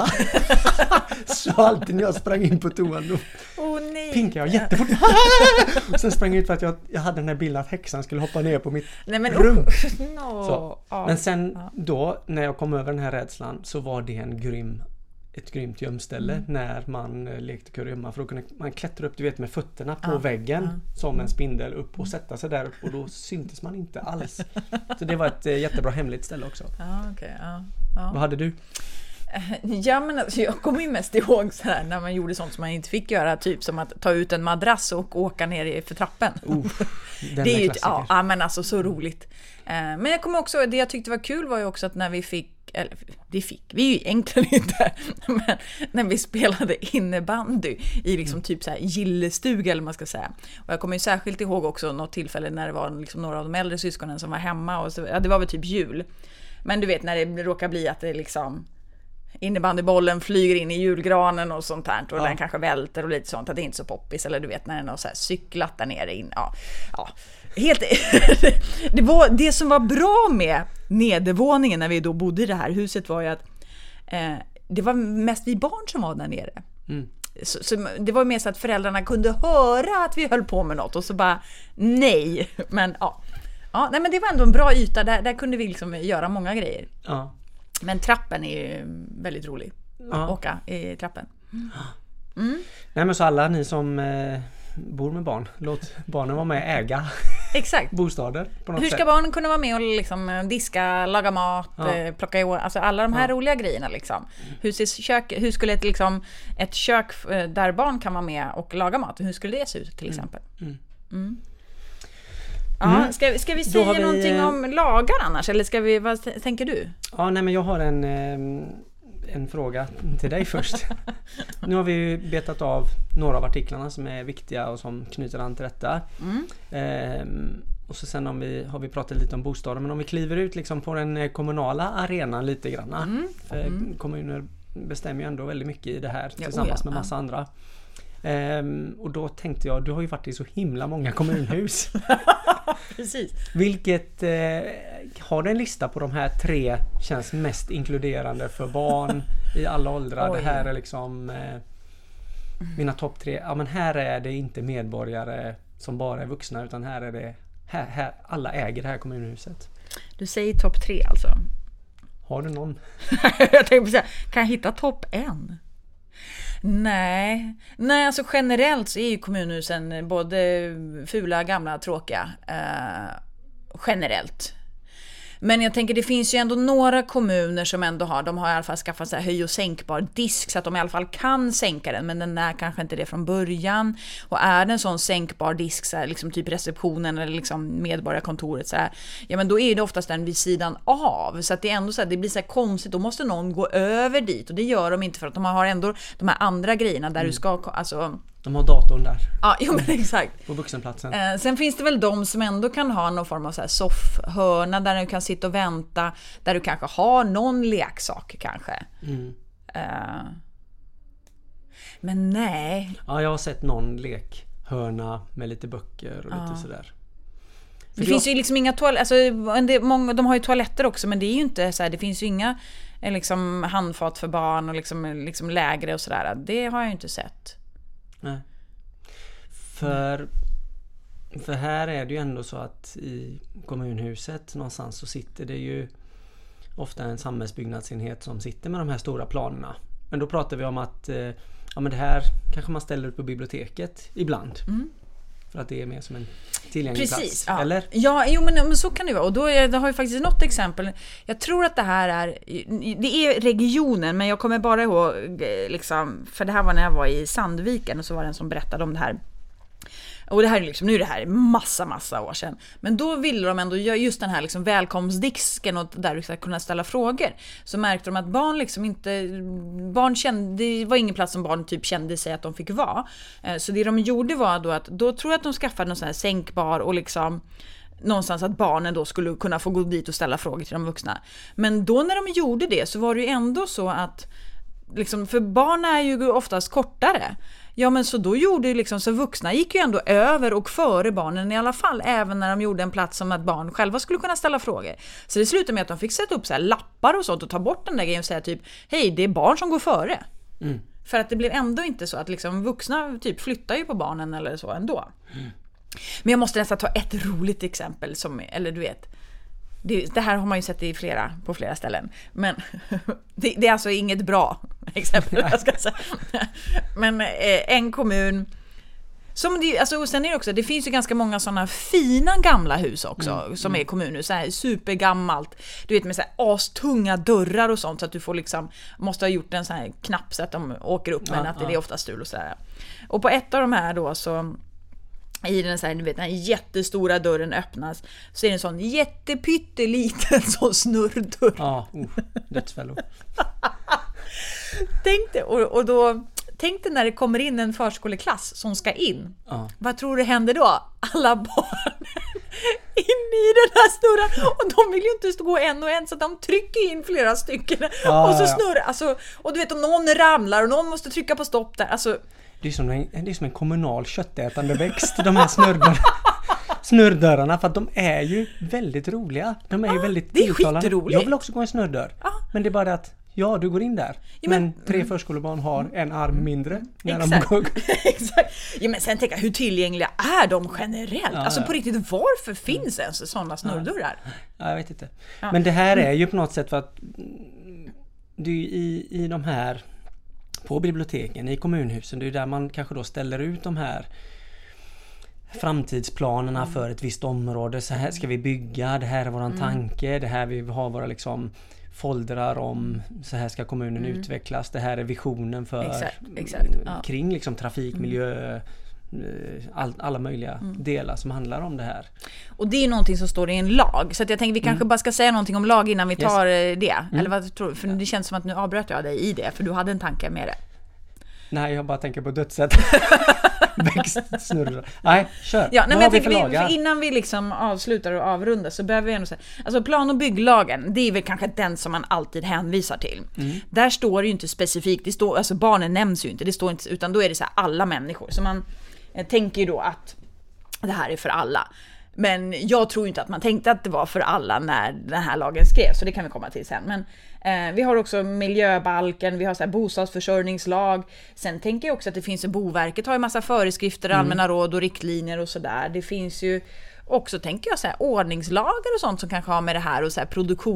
Så alltid när jag sprang in på toan då oh, nej. pinkade jag jättefort. Och sen sprang jag ut för att jag, jag hade den här bilden att häxan skulle hoppa ner på mitt nej, men, rum. Oh, no. Så. Oh. Men sen oh. då, när jag kom över den här rädslan, så var det en grym, ett grymt gömställe mm. när man lekte kurragömma. För då kunde man klättra upp, du vet, med fötterna på oh. väggen oh. som en spindel upp och sätta sig där upp, och då syntes man inte alls. Så det var ett jättebra hemligt ställe också. Ja, okej. Ja. Ja. Vad hade du? Ja, men alltså, jag kommer ju mest ihåg så här, när man gjorde sånt som man inte fick göra, typ som att ta ut en madrass och åka ner för trappen. Uh, det är ju ja, ja, men alltså så roligt. Men jag kommer också, det jag tyckte var kul var ju också att när vi fick, eller det fick vi ju egentligen inte, men när vi spelade innebandy i liksom typ så här gillestuga eller man ska säga. Och jag kommer ju särskilt ihåg också något tillfälle när det var liksom några av de äldre syskonen som var hemma, och så, ja, det var väl typ jul. Men du vet när det råkar bli att det liksom innebandybollen flyger in i julgranen och sånt här, och ja. den kanske välter och lite sånt, att det är inte så poppis, eller du vet när den har så här cyklat där nere in. Ja, ja. Helt det var det som var bra med nedervåningen när vi då bodde i det här huset var ju att eh, det var mest vi barn som var där nere. Mm. Så, så det var mer så att föräldrarna kunde höra att vi höll på med något och så bara nej, men ja. Ja, nej, men det var ändå en bra yta. Där, där kunde vi liksom göra många grejer. Ja. Men trappen är ju väldigt rolig. Ja. Åka i trappen. Mm. Nej, men så alla ni som eh, bor med barn, låt barnen vara med och äga exakt. bostäder på något Hur ska sätt. Barnen kunna vara med och liksom diska, laga mat, ja. eh, plocka i år, alltså alla de här ja. roliga grejerna liksom. Hur, ser kök, hur skulle ett, liksom, ett kök där barn kan vara med och laga mat, hur skulle det se ut till exempel? Mm. Mm. Ja, mm. ska, ska vi säga vi, någonting om lagar annars? Eller ska vi, vad tänker du? Ja, nej, men jag har en, en fråga till dig först. Nu har vi betat av några av artiklarna som är viktiga och som knyter an till detta. Mm. Ehm, och så sen om vi, har vi pratat lite om bostäder. Men om vi kliver ut liksom på den kommunala arenan lite grann. Mm. För mm. kommuner bestämmer ju ändå väldigt mycket i det här tillsammans ja, oh ja. med massa ja. andra. Um, och då tänkte jag, du har ju varit i så himla många kommunhus. Precis. Vilket eh, har du en lista på de här tre känns mest inkluderande för barn i alla åldrar? Oj. Det här är liksom eh, mina topp tre. Ja, men här är det inte medborgare som bara är vuxna, utan här är det här, här, alla äger det här kommunhuset. Du säger topp tre alltså. Har du någon? Jag tänkte säga, kan jag hitta topp en? Nej, nej alltså generellt så är ju kommunhusen både fula, gamla, tråkiga eh, generellt. Men jag tänker det finns ju ändå några kommuner som ändå har, de har i alla fall skaffat så här höj- och sänkbar disk så att de i alla fall kan sänka den, men den är kanske inte det från början. Och är det en sån sänkbar disk så här, liksom typ receptionen eller liksom medborgarkontoret så här, ja men då är det oftast den vid sidan av, så att det är ändå så här, det blir så här konstigt, då måste någon gå över dit och det gör de inte för att de har ändå de här andra grejerna där mm. du ska, alltså de har datorn där. Ja, jo, men exakt. På vuxenplatsen. Eh, sen finns det väl de som ändå kan ha någon form av så här soffhörna där du kan sitta och vänta, där du kanske har någon leksak kanske. Mm. Eh, men nej. Ja, jag har sett någon lekhörna med lite böcker och ja. lite sådär. För det finns jag... ju liksom inga toaletter, alltså, många, de har ju toaletter också, men det är ju inte så här, det finns ju inga liksom, handfat för barn och liksom, liksom lägre och sådär. Det har jag ju inte sett. Nej. För, för här är det ju ändå så att i kommunhuset någonstans så sitter det ju ofta en samhällsbyggnadsenhet som sitter med de här stora planerna. Men då pratar vi om att eh, ja, men det här kanske man ställer upp på biblioteket ibland. Mm. För att det är mer som en tillgänglig Precis, plats. Ja. Eller? Ja, jo, men, men så kan det vara. Och då är, det har ju faktiskt något exempel. Jag tror att det här är, det är regionen, men jag kommer bara ihåg, liksom, för det här var när jag var i Sandviken och så var det en som berättade om det här. Och det här är liksom, nu är det här massa, massa år sedan. Men då ville de ändå göra just den här liksom välkomstdisken och där du ska kunna ställa frågor. Så märkte de att barn liksom inte, barn kände, det var ingen plats som barn typ kände sig att de fick vara. Så det de gjorde var då att, då tror jag att de skaffade någon sån här sänkbar och liksom någonstans att barnen då skulle kunna få gå dit och ställa frågor till de vuxna. Men då när de gjorde det så var det ju ändå så att liksom, för barn är ju oftast kortare. Ja, men så då gjorde liksom, så vuxna gick ju ändå över och före barnen i alla fall, även när de gjorde en plats som att barn själva skulle kunna ställa frågor. Så det slutade med att de fick sätta upp så här lappar och sånt och ta bort den där grejen och säga typ, hej, det är barn som går före. Mm. För att det blev ändå inte så att liksom vuxna typ flyttar ju på barnen eller så ändå. Mm. Men jag måste nästan ta ett roligt exempel som, eller du vet, det, det här har man ju sett i flera, på flera ställen. Men det, det är alltså inget bra exempel, jag ska säga. Men eh, en kommun som det, alltså, och sen är det också, det finns ju ganska många sådana fina gamla hus också, mm, som mm. är kommunhus, så här supergammalt, du vet, med så här astunga dörrar och sånt, så att du får liksom, måste ha gjort en sån här knapp så att de åker upp, men ja, att det, ja. det är ofta stul och sådär. Och på ett av de här då så i den så här, du vet, den här jättestora dörren öppnas, så är det en sån jättepytteliten sån snurrdörr. Ja, oh, dödsfällor. Tänk dig, och, och då tänk dig när det kommer in en förskoleklass som ska in. Ja. Vad tror du händer då? Alla barn in i den här stora, och de vill ju inte gå en och en, så de trycker in flera stycken. Ja, och så snurrar, alltså, och du vet, och någon ramlar och någon måste trycka på stopp där, alltså. Det är som en, det är som en kommunal köttätande växt, de här snurrdörrarna. Snurrdörrarna, för att de är ju väldigt roliga. De är ah, ju väldigt det är skitroligt. Jag vill också gå en snurrdörr. Ah. Men det är bara det att, ja, du går in där. Ja, men, men tre mm. förskolebarn har en arm mindre när exakt. de går. Exakt. Ja, men sen tänker jag, hur tillgängliga är de generellt? Ja, alltså på riktigt, varför finns mm. ens sådana snurrdörrar? Ja, jag vet inte. Ja. Men det här är ju på något sätt för att du i, i de här på biblioteken, i kommunhusen, det är där man kanske då ställer ut de här framtidsplanerna mm. för ett visst område. Så här ska vi bygga, det här är våran mm. tanke, det här vi har våra liksom foldrar om, så här ska kommunen mm. utvecklas, det här är visionen för exakt, exakt. Ja. kring liksom trafik, mm. miljö, all, alla möjliga mm. delar som handlar om det här. Och det är någonting som står i en lag, så att jag tänker vi kanske mm. bara ska säga någonting om lag innan vi tar yes. det. Mm. Eller vad tror du? För det känns som att nu avbröt jag dig i det, för du hade en tanke med det. Nej, jag bara tänker på dödsätt. Växtsnurrar. Nej, kör. Ja, nej, men jag tänker, vi, för innan vi liksom avslutar och avrundar så behöver vi ändå säga, alltså plan- och bygglagen, det är väl kanske den som man alltid hänvisar till. Mm. Där står det ju inte specifikt, det står, alltså barnen nämns ju inte, det står inte, utan då är det så här alla människor. Så man eh, tänker ju då att det här är för alla. Men jag tror inte att man tänkte att det var för alla när den här lagen skrevs, så det kan vi komma till sen. Men eh, vi har också miljöbalken, vi har så här bostadsförsörjningslag. Sen tänker jag också att det finns, Boverket har ju massa föreskrifter, mm. allmänna råd och riktlinjer och sådär. Det finns ju också, tänker jag, så här, ordningslagar och sånt som kanske har med det här och så här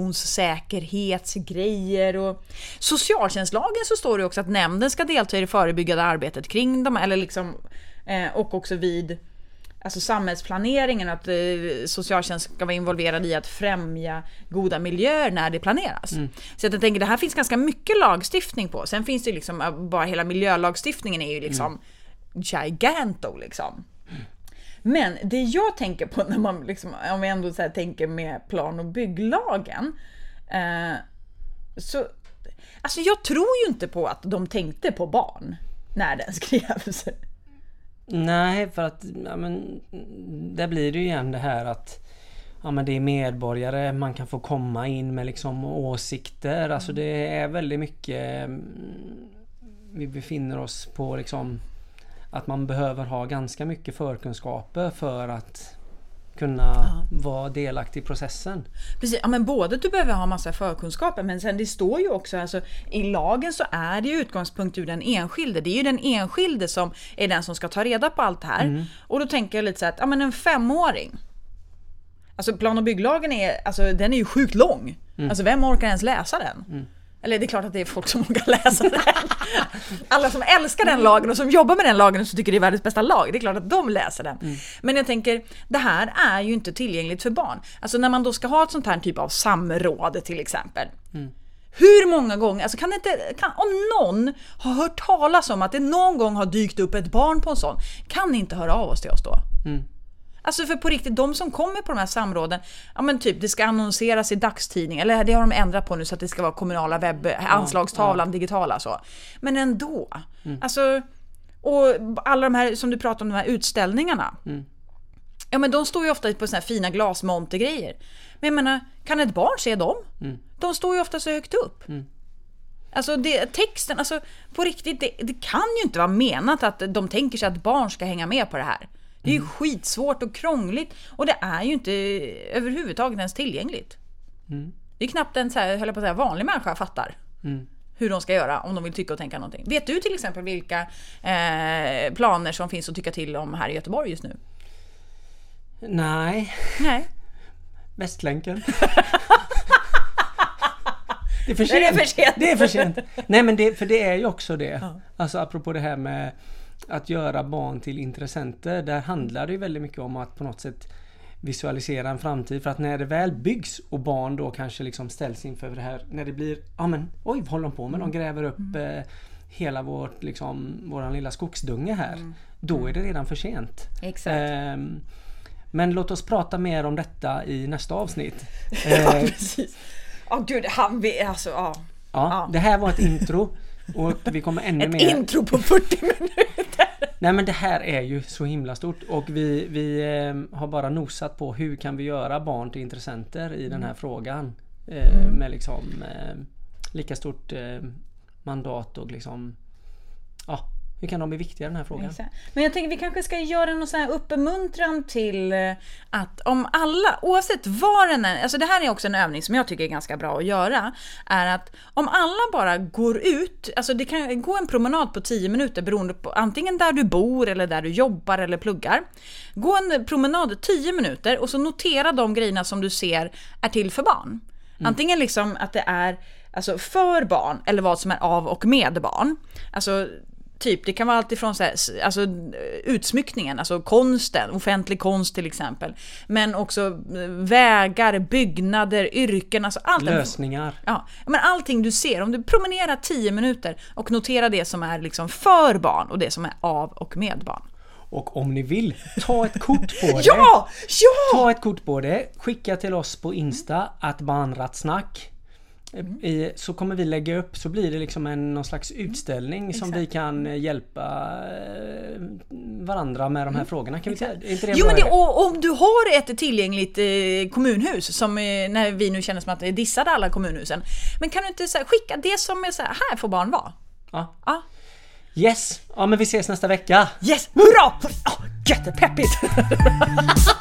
produktionssäkerhetsgrejer. Och socialtjänstlagen, så står det också att nämnden ska delta i det förebyggande arbetet kring dem, eller liksom, eh, och också vid alltså samhällsplaneringen och att eh, socialtjänst ska vara involverad i att främja goda miljöer när det planeras. Mm. Så jag tänker, det här finns ganska mycket lagstiftning på. Sen finns det liksom, bara hela miljölagstiftningen är ju liksom mm. giganto liksom. Mm. Men det jag tänker på när man liksom, om vi ändå så här tänker med plan- och bygglagen, eh, så alltså jag tror ju inte på att de tänkte på barn när den skrevs. Nej, för att ja, men, där blir det ju igen det här att ja, men det är medborgare, man kan få komma in med liksom åsikter. Mm. Alltså det är väldigt mycket, vi befinner oss på liksom att man behöver ha ganska mycket förkunskaper för att kunna ja. vara delaktig i processen. Precis, ja, men både du behöver ha massa förkunskaper, men sen det står ju också, alltså i lagen så är det ju utgångspunkt ur den enskilde. Det är ju den enskilde som är den som ska ta reda på allt det här. Mm. Och då tänker jag lite så att, ja men en femåring, alltså plan- och bygglagen är, alltså den är ju sjukt lång. Mm. Alltså vem orkar ens läsa den? Mm. Eller det är klart att det är folk som orkar läsa den. Alla som älskar den lagen och som jobbar med den lagen och som tycker det är världens bästa lag, det är klart att de läser den. Mm. Men jag tänker, det här är ju inte tillgängligt för barn. Alltså när man då ska ha ett sånt här typ av samråd till exempel. Mm. Hur många gånger, alltså kan det inte, kan, om någon har hört talas om att det någon gång har dykt upp ett barn på en sån, kan ni inte höra av oss till oss då? Mm. Alltså för på riktigt, de som kommer på de här samråden, ja men typ det ska annonseras i dagstidning, eller det har de ändrat på nu så att det ska vara kommunala webb, anslagstavlan, ja, ja. digitala så. Men ändå, mm. alltså, och alla de här som du pratar om, de här utställningarna, mm. ja men de står ju ofta på såna här fina glasmontergrejer. Men jag menar, kan ett barn se dem? Mm. De står ju ofta så högt upp. Mm. Alltså det, texten, alltså på riktigt, det, det kan ju inte vara menat att de tänker sig att barn ska hänga med på det här. Det är ju mm. skitsvårt och krångligt. Och det är ju inte överhuvudtaget ens tillgängligt. Mm. Det är knappt en så här, höll jag på att säga, vanlig människa fattar mm. hur de ska göra om de vill tycka och tänka någonting. Vet du till exempel vilka eh, planer som finns att tycka till om här i Göteborg just nu? Nej. Nej. Västlänken. Det är för sent. Det är för sent. Det är för sent. Nej men det, för det är ju också det. Ja. Alltså apropå det här med att göra barn till intressenter, där handlar det ju väldigt mycket om att på något sätt visualisera en framtid, för att när det väl byggs och barn då kanske liksom ställs inför det här, när det blir, ja men oj, vad håller de på med? De gräver upp mm. eh, hela vårt, liksom, våran lilla skogsdunge här. Mm. Då är det redan för sent. Exakt. Eh, men låt oss prata mer om detta i nästa avsnitt. Ja, precis. Åh oh, gud, han vill, alltså, ja. Ja, det här var ett intro. Och vi kommer ännu ett mer... Ett intro på fyrtio minuter. Nej men det här är ju så himla stort. Och vi, vi eh, har bara nosat på hur kan vi göra barn till intressenter i mm. den här frågan. Eh, mm. Med liksom eh, lika stort eh, mandat och liksom... Ja, hur kan de bli viktiga i den här frågan? Exakt. Men jag tänker vi kanske ska göra någon sån här uppmuntran till att om alla, oavsett var den är, alltså det här är också en övning som jag tycker är ganska bra att göra, är att om alla bara går ut, alltså det kan gå en promenad på tio minuter beroende på antingen där du bor eller där du jobbar eller pluggar. Gå en promenad tio minuter och så notera de grejerna som du ser är till för barn. Mm. Antingen liksom att det är alltså för barn eller vad som är av och med barn. Alltså typ, det kan vara allt ifrån så här, alltså utsmyckningen, alltså konsten, offentlig konst till exempel, men också vägar, byggnader, yrken, alltså allt. Lösningar. Ja, men allting du ser, om du promenerar tio minuter och noterar det som är liksom för barn och det som är av och med barn. Och om ni vill, ta ett kort på det. Ja! Ja! Ta ett kort på det, skicka till oss på Insta att barnrattsnack. Mm. I, så kommer vi lägga upp, så blir det liksom en någon slags utställning mm. som Exakt. vi kan hjälpa varandra med de här mm. frågorna. Kan vi säga? Är inte det jo, men det, och, om du har ett tillgängligt eh, kommunhus som eh, när vi nu känner som att det dissade alla kommunhusen, men kan du inte så här, skicka det som är så här, här får barn vara? Ja. Ja. Yes, ja men vi ses nästa vecka. Yes, hurra! Oh, jättepeppigt!